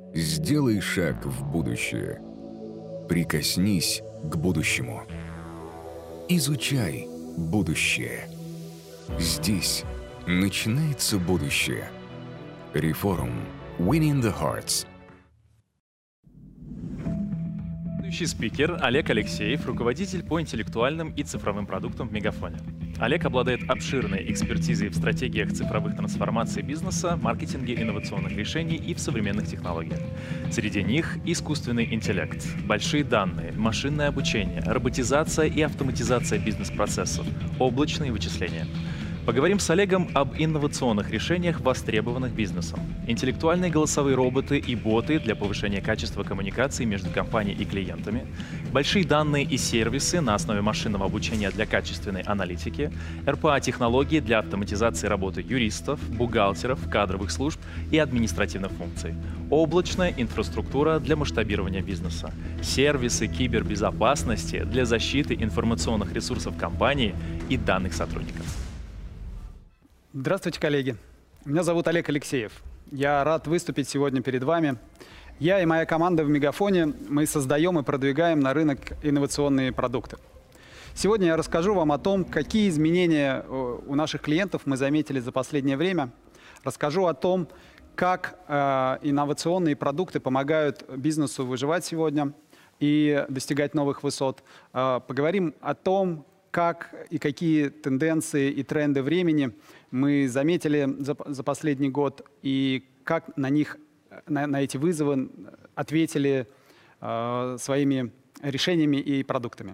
Сделай шаг в будущее. Прикоснись к будущему. Изучай будущее. Здесь начинается будущее. Reforum. Winning the Hearts. Следующий спикер – Олег Алексеев, руководитель по интеллектуальным и цифровым продуктам в Мегафоне. Олег обладает обширной экспертизой в стратегиях цифровых трансформаций бизнеса, маркетинге инновационных решений и в современных технологиях. Среди них искусственный интеллект, большие данные, машинное обучение, роботизация и автоматизация бизнес-процессов, облачные вычисления. Поговорим с Олегом об инновационных решениях, востребованных бизнесом. Интеллектуальные голосовые роботы и боты для повышения качества коммуникации между компанией и клиентами, большие данные и сервисы на основе машинного обучения для качественной аналитики, РПА-технологии для автоматизации работы юристов, бухгалтеров, кадровых служб и административных функций, облачная инфраструктура для масштабирования бизнеса, сервисы кибербезопасности для защиты информационных ресурсов компании и данных сотрудников. Здравствуйте, коллеги. Меня зовут Олег Алексеев. Я рад выступить сегодня перед вами. Я и моя команда в Мегафоне, мы создаем и продвигаем на рынок инновационные продукты. Сегодня я расскажу вам о том, какие изменения у наших клиентов мы заметили за последнее время. Расскажу о том, как инновационные продукты помогают бизнесу выживать сегодня и достигать новых высот. Поговорим о том, как и какие тенденции и тренды времени мы заметили за последний год и как на эти вызовы ответили своими решениями и продуктами.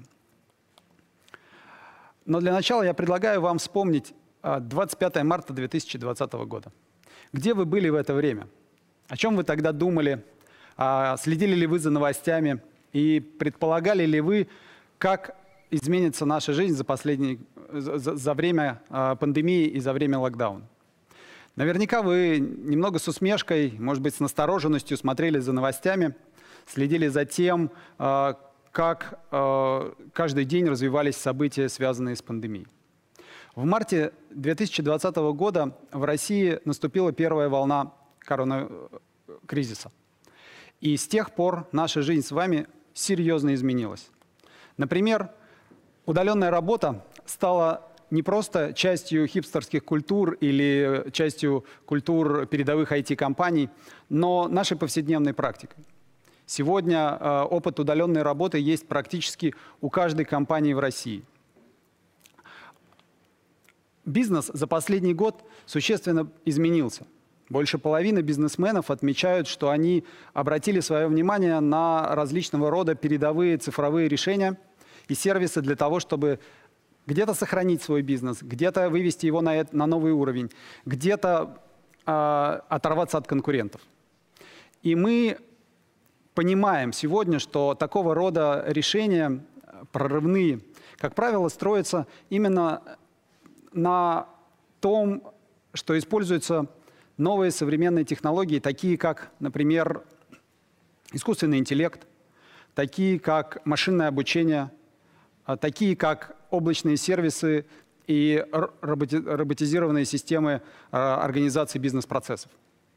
Но для начала я предлагаю вам вспомнить 25 марта 2020 года. Где вы были в это время? О чем вы тогда думали? Следили ли вы за новостями? И предполагали ли вы, как изменится наша жизнь за время пандемии и за время локдауна? Наверняка вы немного с усмешкой, может быть, с настороженностью смотрели за новостями, следили за тем, как каждый день развивались события, связанные с пандемией. В марте 2020 года в России наступила первая волна коронакризиса. И с тех пор наша жизнь с вами серьезно изменилась. Например, удаленная работа стала не просто частью хипстерских культур или частью культур передовых IT-компаний, но нашей повседневной практикой. Сегодня опыт удаленной работы есть практически у каждой компании в России. Бизнес за последний год существенно изменился. Больше половины бизнесменов отмечают, что они обратили свое внимание на различного рода передовые цифровые решения и сервисы для того, чтобы где-то сохранить свой бизнес, где-то вывести его на новый уровень, где-то оторваться от конкурентов. И мы понимаем сегодня, что такого рода решения прорывные, как правило, строятся именно на том, что используются новые современные технологии, такие как, например, искусственный интеллект, такие как машинное обучение, такие как облачные сервисы и роботизированные системы организации бизнес-процессов.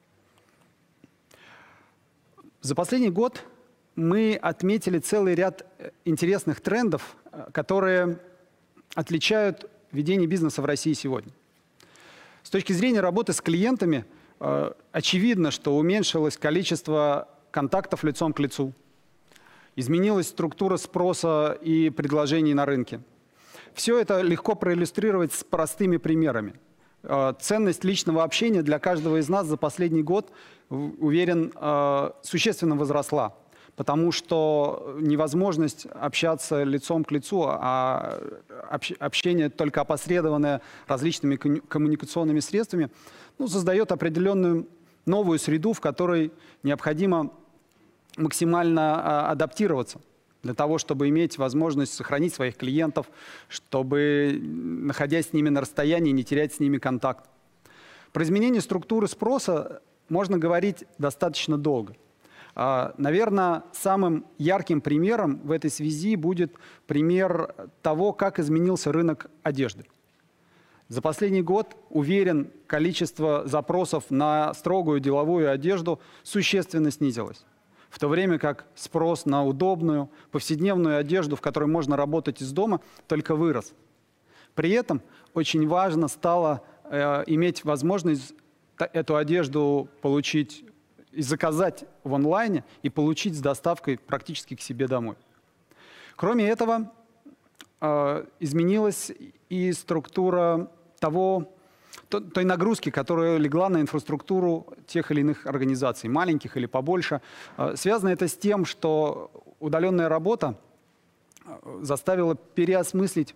За последний год мы отметили целый ряд интересных трендов, которые отличают ведение бизнеса в России сегодня. С точки зрения работы с клиентами, очевидно, что уменьшилось количество контактов лицом к лицу, изменилась структура спроса и предложений на рынке. Все это легко проиллюстрировать с простыми примерами. Ценность личного общения для каждого из нас за последний год, уверен, существенно возросла, потому что невозможность общаться лицом к лицу, а общение только опосредованное различными коммуникационными средствами, создает определенную новую среду, в которой необходимо максимально адаптироваться для того, чтобы иметь возможность сохранить своих клиентов, чтобы, находясь с ними на расстоянии, не терять с ними контакт. Про изменение структуры спроса можно говорить достаточно долго. Наверное, самым ярким примером в этой связи будет пример того, как изменился рынок одежды. За последний год, уверен, количество запросов на строгую деловую одежду существенно снизилось. В то время как спрос на удобную, повседневную одежду, в которой можно работать из дома, только вырос. При этом очень важно стало иметь возможность эту одежду получить и заказать в онлайне и получить с доставкой практически к себе домой. Кроме этого, изменилась и структура той нагрузки, которая легла на инфраструктуру тех или иных организаций, маленьких или побольше. Связано это с тем, что удаленная работа заставила переосмыслить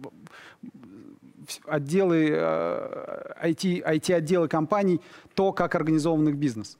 отделы, IT-отделы компаний, то, как организован их бизнес.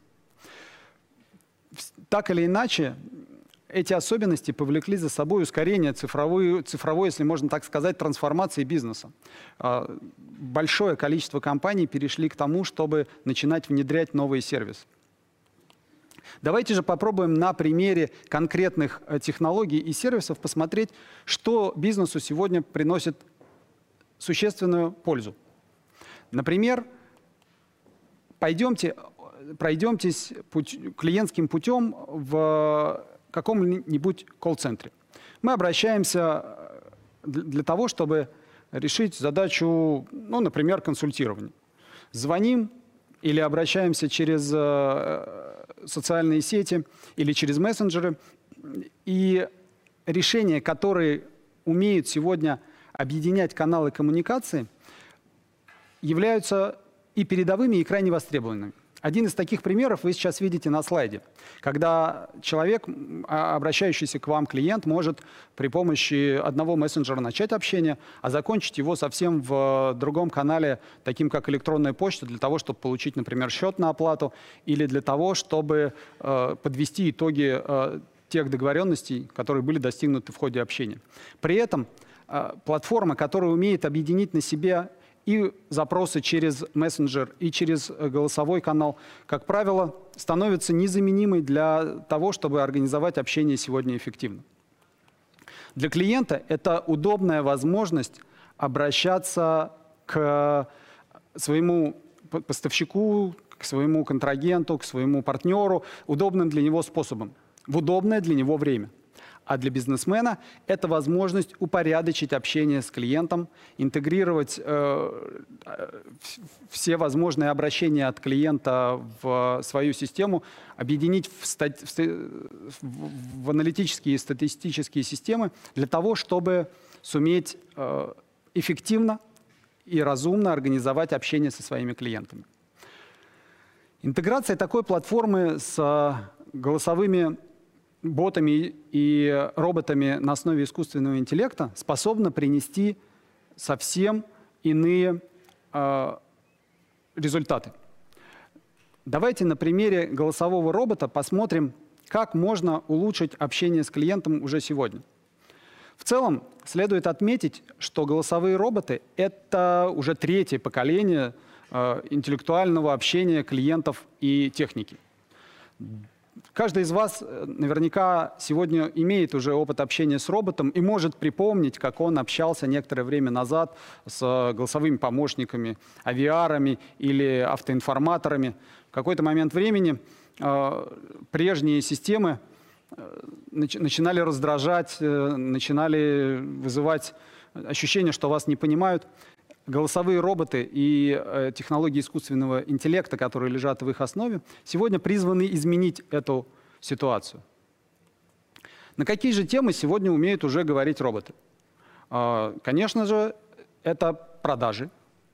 Так или иначе, эти особенности повлекли за собой ускорение цифровой, если можно так сказать, трансформации бизнеса. Большое количество компаний перешли к тому, чтобы начинать внедрять новые сервисы. Давайте же попробуем на примере конкретных технологий и сервисов посмотреть, что бизнесу сегодня приносит существенную пользу. Например, пройдемтесь клиентским путем в каком-нибудь колл-центре. Мы обращаемся для того, чтобы решить задачу, ну, например, консультирования. Звоним или обращаемся через социальные сети или через мессенджеры. И решения, которые умеют сегодня объединять каналы коммуникации, являются и передовыми, и крайне востребованными. Один из таких примеров вы сейчас видите на слайде, когда человек, обращающийся к вам клиент, может при помощи одного мессенджера начать общение, а закончить его совсем в другом канале, таким как электронная почта, для того, чтобы получить, например, счет на оплату или для того, чтобы подвести итоги тех договоренностей, которые были достигнуты в ходе общения. При этом платформа, которая умеет объединить на себе и запросы через мессенджер, и через голосовой канал, как правило, становится незаменимой для того, чтобы организовать общение сегодня эффективно. Для клиента это удобная возможность обращаться к своему поставщику, к своему контрагенту, к своему партнеру удобным для него способом, в удобное для него время. А для бизнесмена это возможность упорядочить общение с клиентом, интегрировать все возможные обращения от клиента в свою систему, объединить в аналитические и статистические системы для того, чтобы суметь эффективно и разумно организовать общение со своими клиентами. Интеграция такой платформы с голосовыми ботами и роботами на основе искусственного интеллекта способна принести совсем иные результаты. Давайте на примере голосового робота посмотрим, как можно улучшить общение с клиентом уже сегодня. В целом, следует отметить, что голосовые роботы — это уже третье поколение интеллектуального общения клиентов и техники. Каждый из вас наверняка сегодня имеет уже опыт общения с роботом и может припомнить, как он общался некоторое время назад с голосовыми помощниками, авиарами или автоинформаторами. В какой-то момент времени прежние системы начинали раздражать, начинали вызывать ощущение, что вас не понимают. Голосовые роботы и технологии искусственного интеллекта, которые лежат в их основе, сегодня призваны изменить эту ситуацию. На какие же темы сегодня умеют уже говорить роботы? Конечно же, это продажи,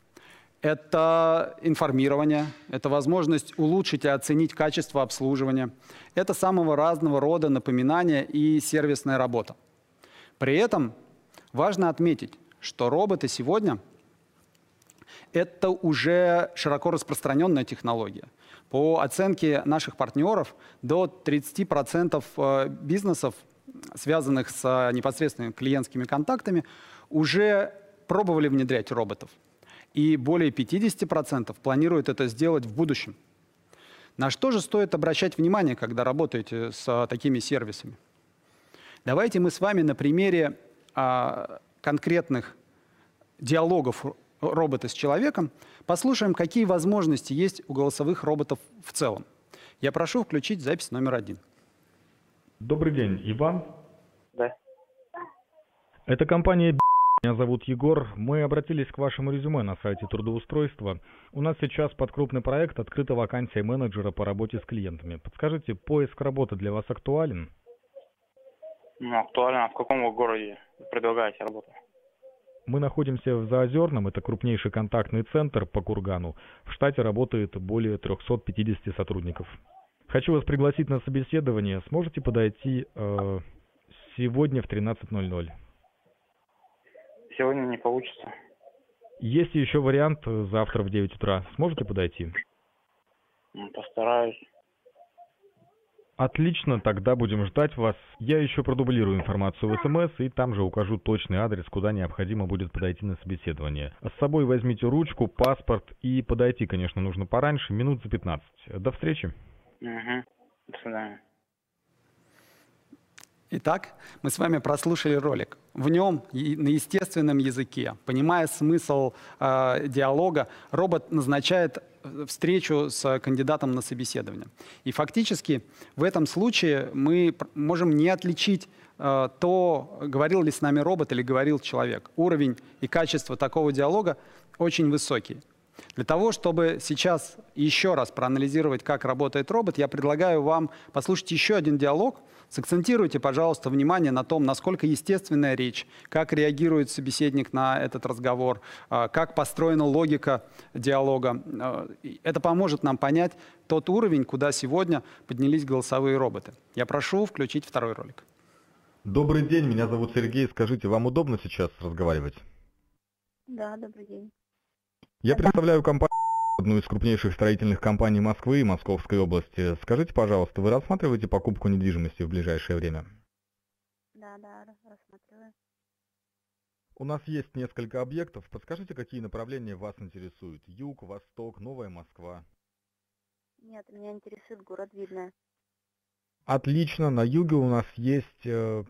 это информирование, это возможность улучшить и оценить качество обслуживания, это самого разного рода напоминания и сервисная работа. При этом важно отметить, что роботы сегодня — это уже широко распространенная технология. По оценке наших партнеров, до 30% бизнесов, связанных с непосредственными клиентскими контактами, уже пробовали внедрять роботов. И более 50% планируют это сделать в будущем. На что же стоит обращать внимание, когда работаете с такими сервисами? Давайте мы с вами на примере конкретных диалогов роботы с человеком, послушаем, какие возможности есть у голосовых роботов в целом. Я прошу включить запись номер 1. Добрый день, Иван. Да. Это компания Меня зовут Егор. Мы обратились к вашему резюме на сайте трудоустройства. У нас сейчас под крупный проект открыта вакансия менеджера по работе с клиентами. Подскажите, поиск работы для вас актуален? Актуально. А в каком вы городе предлагаете работу? Мы находимся в Заозерном, это крупнейший контактный центр по Кургану. В штате работает более 350 сотрудников. Хочу вас пригласить на собеседование. Сможете подойти сегодня в 13:00? Сегодня не получится. Есть еще вариант завтра в 9 утра. Сможете подойти? Постараюсь. Отлично, тогда будем ждать вас. Я еще продублирую информацию в СМС и там же укажу точный адрес, куда необходимо будет подойти на собеседование. С собой возьмите ручку, паспорт и подойти, конечно, нужно пораньше, минут за 15. До встречи. Угу. До свидания. Итак, мы с вами прослушали ролик. В нем на естественном языке, понимая смысл диалога, робот назначает встречу с кандидатом на собеседование. И фактически в этом случае мы можем не отличить то, говорил ли с нами робот или говорил человек. Уровень и качество такого диалога очень высокий. Для того, чтобы сейчас еще раз проанализировать, как работает робот, я предлагаю вам послушать еще один диалог. Сакцентируйте, пожалуйста, внимание на том, насколько естественная речь, как реагирует собеседник на этот разговор, как построена логика диалога. Это поможет нам понять тот уровень, куда сегодня поднялись голосовые роботы. Я прошу включить второй ролик. Добрый день, меня зовут Сергей. Скажите, вам удобно сейчас разговаривать? Да, добрый день. Я представляю компанию, одну из крупнейших строительных компаний Москвы и Московской области. Скажите, пожалуйста, вы рассматриваете покупку недвижимости в ближайшее время? Да, рассматриваю. У нас есть несколько объектов. Подскажите, какие направления вас интересуют? Юг, Восток, Новая Москва? Нет, меня интересует город Видное. Отлично. На юге у нас есть...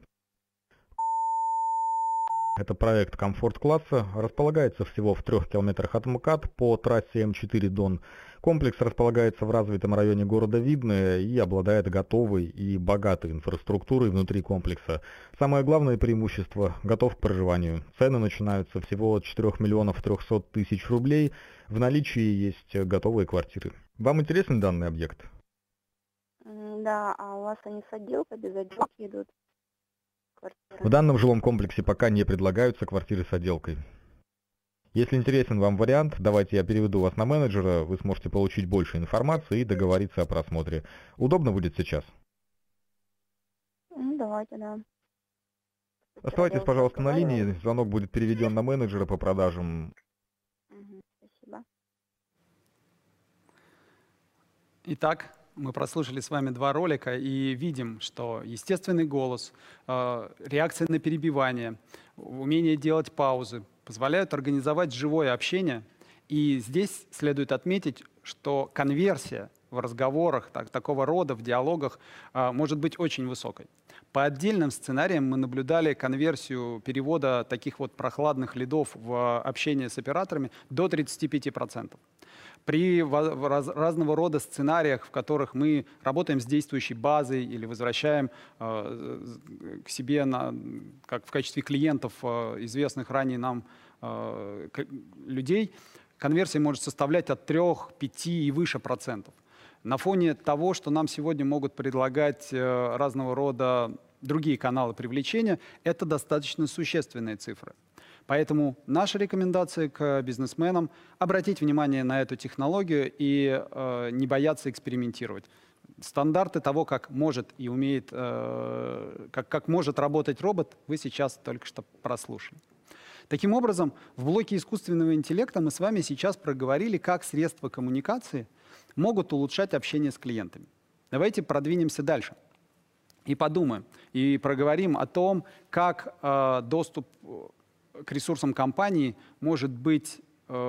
Это проект комфорт-класса, располагается всего в 3 километрах от МКАД по трассе М4 Дон. Комплекс располагается в развитом районе города Видное и обладает готовой и богатой инфраструктурой внутри комплекса. Самое главное преимущество – готов к проживанию. Цены начинаются всего от 4 миллионов 300 тысяч рублей. В наличии есть готовые квартиры. Вам интересен данный объект? Да, а у вас они с отделкой, без отделки идут? В данном жилом комплексе пока не предлагаются квартиры с отделкой. Если интересен вам вариант, давайте я переведу вас на менеджера, вы сможете получить больше информации и договориться о просмотре. Удобно будет сейчас? Давайте, да. Оставайтесь, пожалуйста, на линии, звонок будет переведен на менеджера по продажам. Спасибо. Итак, мы прослушали с вами 2 ролика и видим, что естественный голос, реакция на перебивание, умение делать паузы позволяют организовать живое общение. И здесь следует отметить, что конверсия в разговорах такого рода, в диалогах, может быть очень высокой. По отдельным сценариям мы наблюдали конверсию перевода таких вот прохладных лидов в общение с операторами до 35%. При разного рода сценариях, в которых мы работаем с действующей базой или возвращаем к себе как в качестве клиентов известных ранее нам людей, конверсия может составлять от 3, 5 и выше процентов. На фоне того, что нам сегодня могут предлагать разного рода другие каналы привлечения, это достаточно существенные цифры. Поэтому наша рекомендация к бизнесменам – обратить внимание на эту технологию и не бояться экспериментировать. Стандарты того, как может и умеет, как может работать робот, вы сейчас только что прослушали. Таким образом, в блоке искусственного интеллекта мы с вами сейчас проговорили, как средства коммуникации могут улучшать общение с клиентами. Давайте продвинемся дальше и подумаем, и проговорим о том, как доступ к ресурсам компании может быть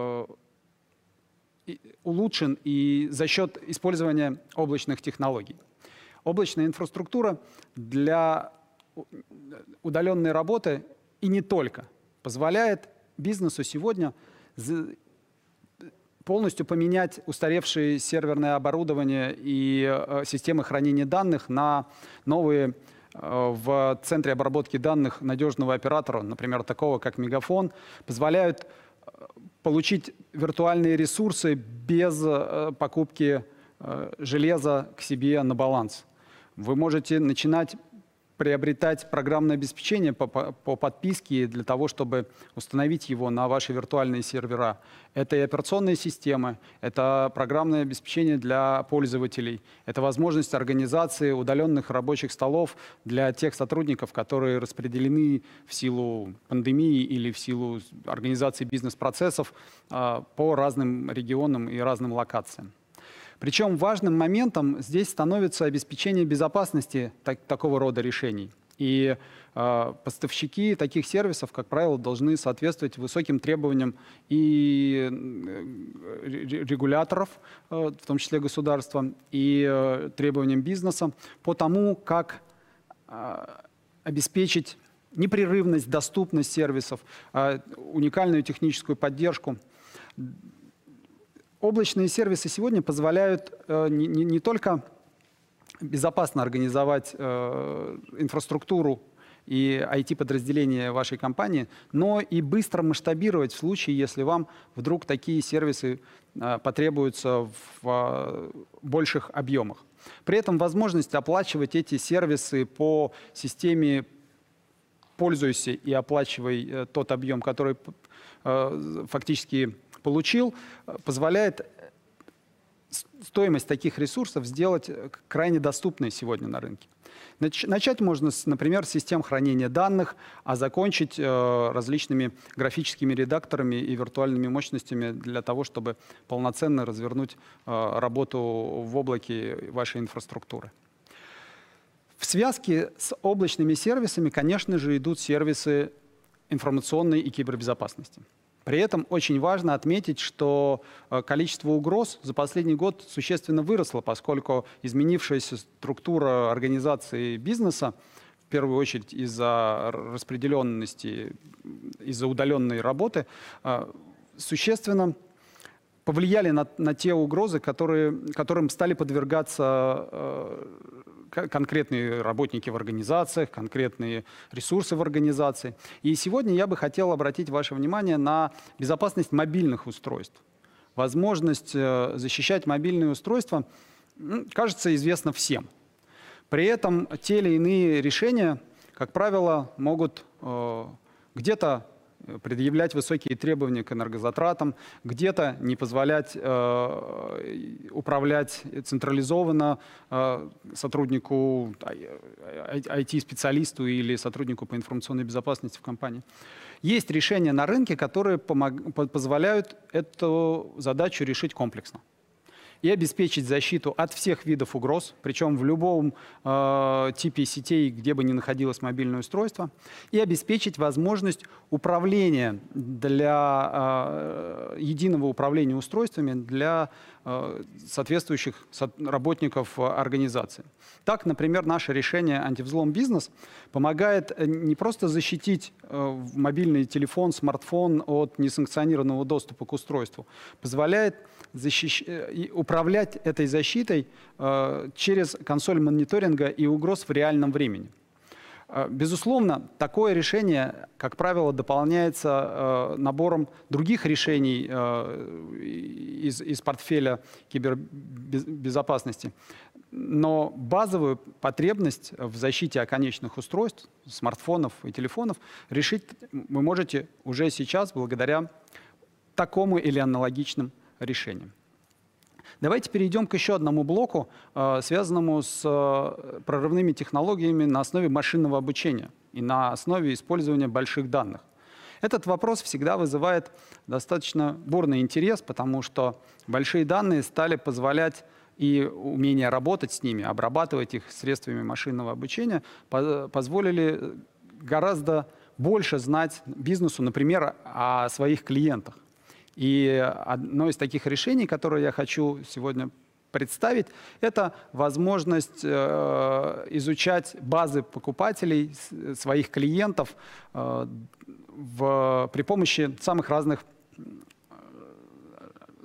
улучшен и за счет использования облачных технологий. Облачная инфраструктура для удаленной работы и не только позволяет бизнесу сегодня полностью поменять устаревшее серверное оборудование и системы хранения данных на новые в центре обработки данных надежного оператора, например, такого как Мегафон, позволяют получить виртуальные ресурсы без покупки железа к себе на баланс. Вы можете начинать приобретать программное обеспечение по подписке для того, чтобы установить его на ваши виртуальные сервера. Это и операционные системы, это программное обеспечение для пользователей, это возможность организации удаленных рабочих столов для тех сотрудников, которые распределены в силу пандемии или в силу организации бизнес-процессов по разным регионам и разным локациям. Причем важным моментом здесь становится обеспечение безопасности такого рода решений. И поставщики таких сервисов, как правило, должны соответствовать высоким требованиям и регуляторов, в том числе государства, и требованиям бизнеса по тому, как обеспечить непрерывность, доступность сервисов, уникальную техническую поддержку. Облачные сервисы сегодня позволяют не только безопасно организовать инфраструктуру и IT-подразделения вашей компании, но и быстро масштабировать в случае, если вам вдруг такие сервисы потребуются в больших объемах. При этом возможность оплачивать эти сервисы по системе «пользуйся и оплачивай тот объем, который фактически получил», позволяет стоимость таких ресурсов сделать крайне доступной сегодня на рынке. Начать можно, например, с систем хранения данных, а закончить различными графическими редакторами и виртуальными мощностями для того, чтобы полноценно развернуть работу в облаке вашей инфраструктуры. В связке с облачными сервисами, конечно же, идут сервисы информационной и кибербезопасности. При этом очень важно отметить, что количество угроз за последний год существенно выросло, поскольку изменившаяся структура организации бизнеса, в первую очередь из-за распределенности, из-за удаленной работы, существенно повлияли на те угрозы, которым стали подвергаться конкретные работники в организациях, конкретные ресурсы в организации. И сегодня я бы хотел обратить ваше внимание на безопасность мобильных устройств. Возможность защищать мобильные устройства, кажется, известна всем. При этом те или иные решения, как правило, могут где-то предъявлять высокие требования к энергозатратам, где-то не позволять управлять централизованно сотруднику, IT-специалисту или сотруднику по информационной безопасности в компании. Есть решения на рынке, которые позволяют эту задачу решить комплексно и обеспечить защиту от всех видов угроз, причем в любом типе сетей, где бы ни находилось мобильное устройство, и обеспечить возможность управления единого управления устройствами для соответствующих работников организации. Так, например, наше решение «Антивзлом бизнес» помогает не просто защитить мобильный телефон, смартфон от несанкционированного доступа к устройству, позволяет управлять этой защитой через консоль мониторинга и угроз в реальном времени. Безусловно, такое решение, как правило, дополняется набором других решений из портфеля кибербезопасности. Но базовую потребность в защите оконечных устройств, смартфонов и телефонов решить вы можете уже сейчас благодаря такому или аналогичным решениям. Давайте перейдем к еще одному блоку, связанному с прорывными технологиями на основе машинного обучения и на основе использования больших данных. Этот вопрос всегда вызывает достаточно бурный интерес, потому что большие данные стали позволять и умение работать с ними, обрабатывать их средствами машинного обучения, позволили гораздо больше знать бизнесу, например, о своих клиентах. И одно из таких решений, которое я хочу сегодня представить, это возможность изучать базы покупателей, своих клиентов при помощи самых разных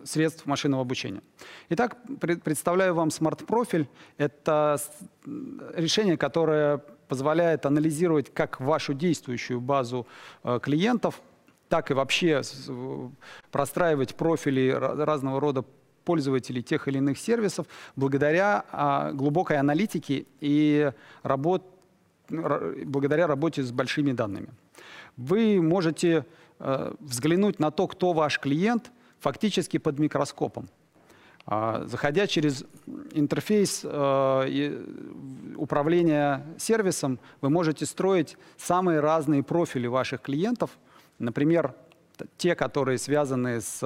средств машинного обучения. Итак, представляю вам смарт-профиль. Это решение, которое позволяет анализировать как вашу действующую базу клиентов, так и вообще простраивать профили разного рода пользователей тех или иных сервисов благодаря глубокой аналитике и благодаря работе с большими данными. Вы можете взглянуть на то, кто ваш клиент, фактически под микроскопом. Заходя через интерфейс управления сервисом, вы можете строить самые разные профили ваших клиентов. Например, те, которые связаны с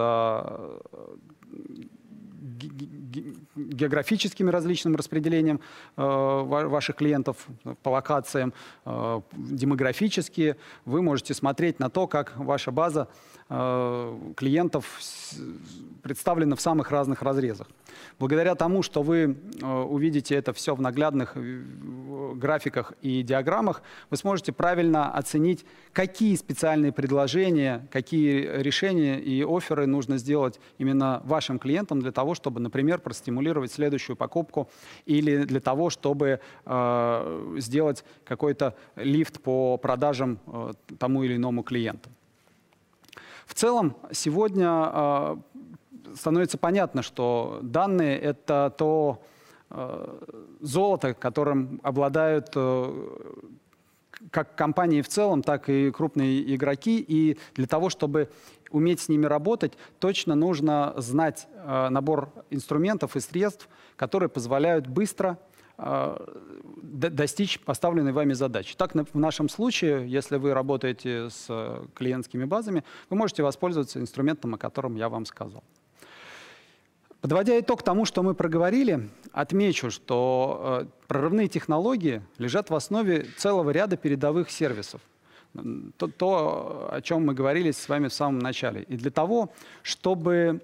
географическим различным распределением ваших клиентов по локациям, демографические. Вы можете смотреть на то, как ваша база клиентов представлена в самых разных разрезах. Благодаря тому, что вы увидите это все в наглядных графиках и диаграммах, вы сможете правильно оценить, какие специальные предложения, какие решения и офферы нужно сделать именно вашим клиентам для того, чтобы, например, простимулировать следующую покупку или для того, чтобы сделать какой-то лифт по продажам тому или иному клиенту. В целом, сегодня становится понятно, что данные — это то золото, которым обладают как компании в целом, так и крупные игроки. И для того, чтобы уметь с ними работать, точно нужно знать набор инструментов и средств, которые позволяют быстро достичь поставленной вами задачи. Так, в нашем случае, если вы работаете с клиентскими базами, вы можете воспользоваться инструментом, о котором я вам сказал. Подводя итог тому, что мы проговорили, отмечу, что прорывные технологии лежат в основе целого ряда передовых сервисов. То, о чем мы говорили с вами в самом начале. И для того, чтобы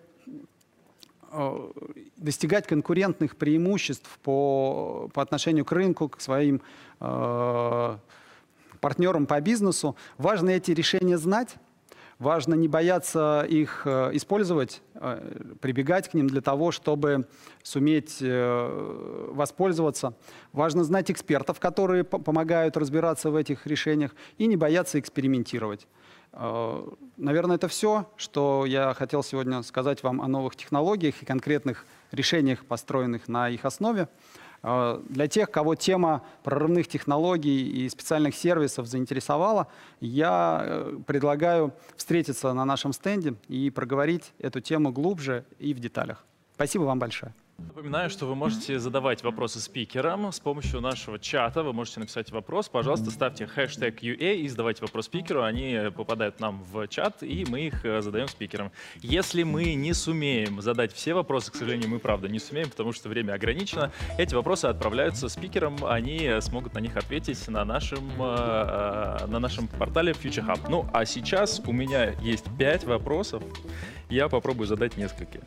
достигать конкурентных преимуществ по отношению к рынку, к своим партнерам по бизнесу, важно эти решения знать, важно не бояться их использовать, прибегать к ним для того, чтобы суметь воспользоваться. Важно знать экспертов, которые помогают разбираться в этих решениях, и не бояться экспериментировать. Наверное, это все, что я хотел сегодня сказать вам о новых технологиях и конкретных решениях, построенных на их основе. Для тех, кого тема прорывных технологий и специальных сервисов заинтересовала, я предлагаю встретиться на нашем стенде и проговорить эту тему глубже и в деталях. Спасибо вам большое. Напоминаю, что вы можете задавать вопросы спикерам с помощью нашего чата. Вы можете написать вопрос. Пожалуйста, ставьте хэштег UA и задавайте вопрос спикеру. Они попадают нам в чат, и мы их задаем спикерам. Если мы не сумеем задать все вопросы, к сожалению, мы, правда, не сумеем, потому что время ограничено, эти вопросы отправляются спикерам. Они смогут на них ответить на нашем портале Future Hub. Ну, а сейчас у меня есть 5 вопросов. Я попробую задать несколько.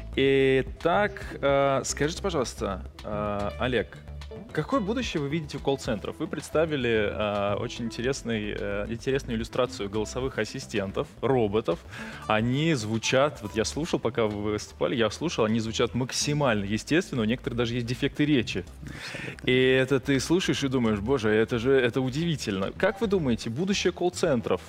Итак, скажите, пожалуйста, Олег, какое будущее вы видите у колл-центров? Вы представили очень интересную иллюстрацию голосовых ассистентов, роботов. Они звучат, вот я слушал, пока вы выступали, они звучат максимально естественно, у некоторых даже есть дефекты речи. И это ты слушаешь и думаешь, боже, это удивительно. Как вы думаете, будущее колл-центров,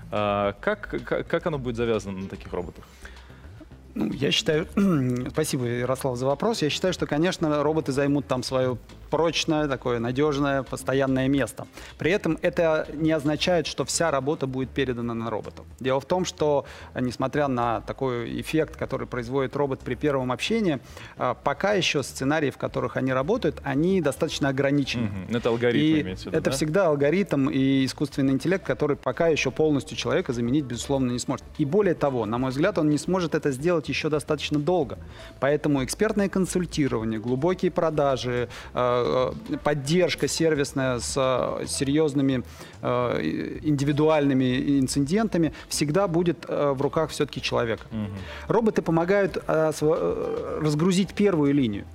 как оно будет завязано на таких роботах? Ну, я считаю, спасибо, Ярослав, за вопрос. Я считаю, что, конечно, роботы займут там свое прочное, такое надежное, постоянное место. При этом это не означает, что вся работа будет передана на роботов. Дело в том, что, несмотря на такой эффект, который производит робот при первом общении, пока еще сценарии, в которых они работают, они достаточно ограничены. Это алгоритм, имеется в виду, это да? всегда алгоритм и искусственный интеллект, который пока еще полностью человека заменить, безусловно, не сможет. И более того, на мой взгляд, он не сможет это сделать еще достаточно долго. Поэтому экспертное консультирование, глубокие продажи, поддержка сервисная с серьезными индивидуальными инцидентами всегда будет в руках все-таки человека. Роботы помогают разгрузить первую линию.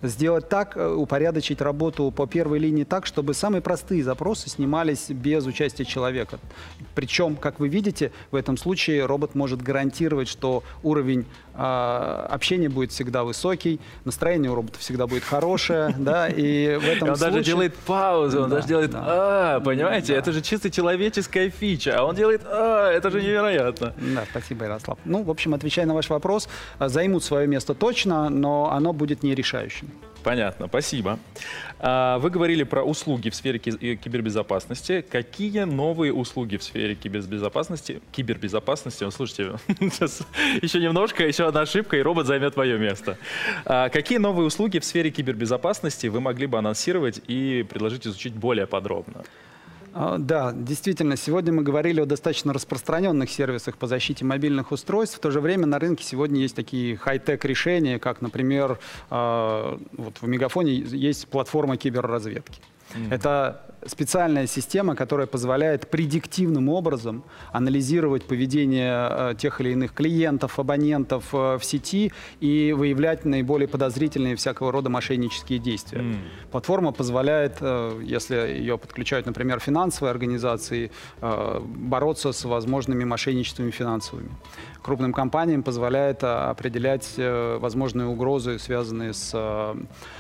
сделать так, упорядочить работу по первой линии так, чтобы самые простые запросы снимались без участия человека. Причем, как вы видите, в этом случае робот может гарантировать, что уровень общения будет всегда высокий, настроение у робота всегда будет хорошее, да, и в этом случае... Он даже делает паузу, он даже делает понимаете, это же чисто человеческая фича, а он делает это же невероятно. Да, спасибо, Ярослав. Ну, в общем, отвечая на ваш вопрос, займут свое место точно, но оно будет не решающим. Понятно, спасибо. Вы говорили про услуги в сфере кибербезопасности. Какие новые услуги в сфере кибербезопасности? Слушайте, сейчас еще немножко, еще одна ошибка, и робот займет мое место. Какие новые услуги в сфере кибербезопасности вы могли бы анонсировать и предложить изучить более подробно? Да, действительно, сегодня мы говорили о достаточно распространенных сервисах по защите мобильных устройств. В то же время на рынке сегодня есть такие хай-тек решения, как, например, вот в Мегафоне есть платформа киберразведки. Это специальная система, которая позволяет предиктивным образом анализировать поведение тех или иных клиентов, абонентов в сети и выявлять наиболее подозрительные всякого рода мошеннические действия. Платформа позволяет, если ее подключают, например, финансовые организации, бороться с возможными мошенничествами финансовыми. Крупным компаниям позволяет определять возможные угрозы, связанные с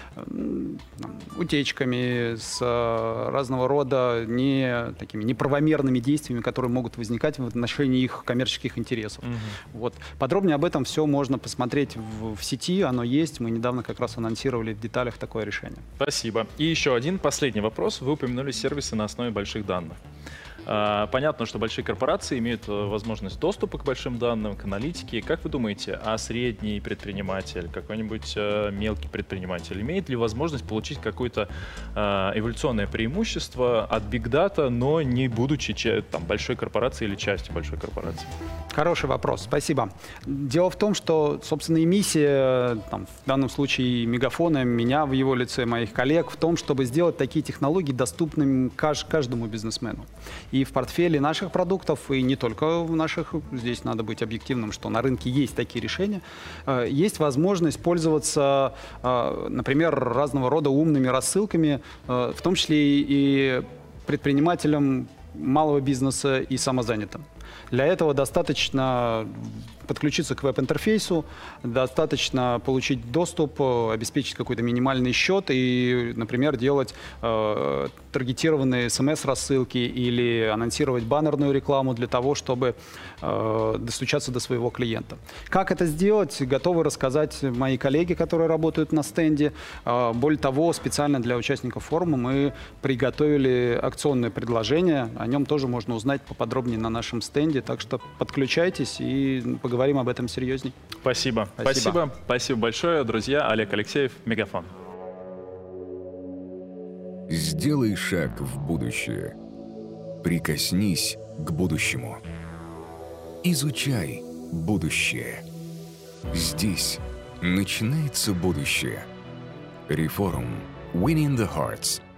утечками, с разного рода такими неправомерными действиями, которые могут возникать в отношении их коммерческих интересов. Вот. Подробнее об этом все можно посмотреть в сети, оно есть. Мы недавно как раз анонсировали в деталях такое решение. Спасибо. И еще один последний вопрос. Вы упомянули сервисы на основе больших данных. Понятно, что большие корпорации имеют возможность доступа к большим данным, к аналитике. Как вы думаете, а средний предприниматель, какой-нибудь мелкий предприниматель имеет ли возможность получить какое-то эволюционное преимущество от Big Data, но не будучи большой корпорацией или частью большой корпорации? Хороший вопрос, спасибо. Дело в том, что, собственно, и миссия, в данном случае Мегафона, меня в его лице, моих коллег, в том, чтобы сделать такие технологии доступными каждому бизнесмену. И в портфеле наших продуктов, и не только в наших, здесь надо быть объективным, что на рынке есть такие решения, есть возможность пользоваться, например, разного рода умными рассылками, в том числе и предпринимателям малого бизнеса и самозанятым. Для этого достаточно подключиться к веб-интерфейсу, достаточно получить доступ, обеспечить какой-то минимальный счет и, например, делать таргетированные смс-рассылки или анонсировать баннерную рекламу для того, чтобы достучаться до своего клиента. Как это сделать, готовы рассказать мои коллеги, которые работают на стенде. Более того, специально для участников форума мы приготовили акционное предложение. О нем тоже можно узнать поподробнее на нашем стенде. Так что подключайтесь и поговорим об этом серьезней. Спасибо. Спасибо большое, друзья. Олег Алексеев, Мегафон. Сделай шаг в будущее. Прикоснись к будущему. Изучай будущее. Здесь начинается будущее. Reforum. Winning the Hearts.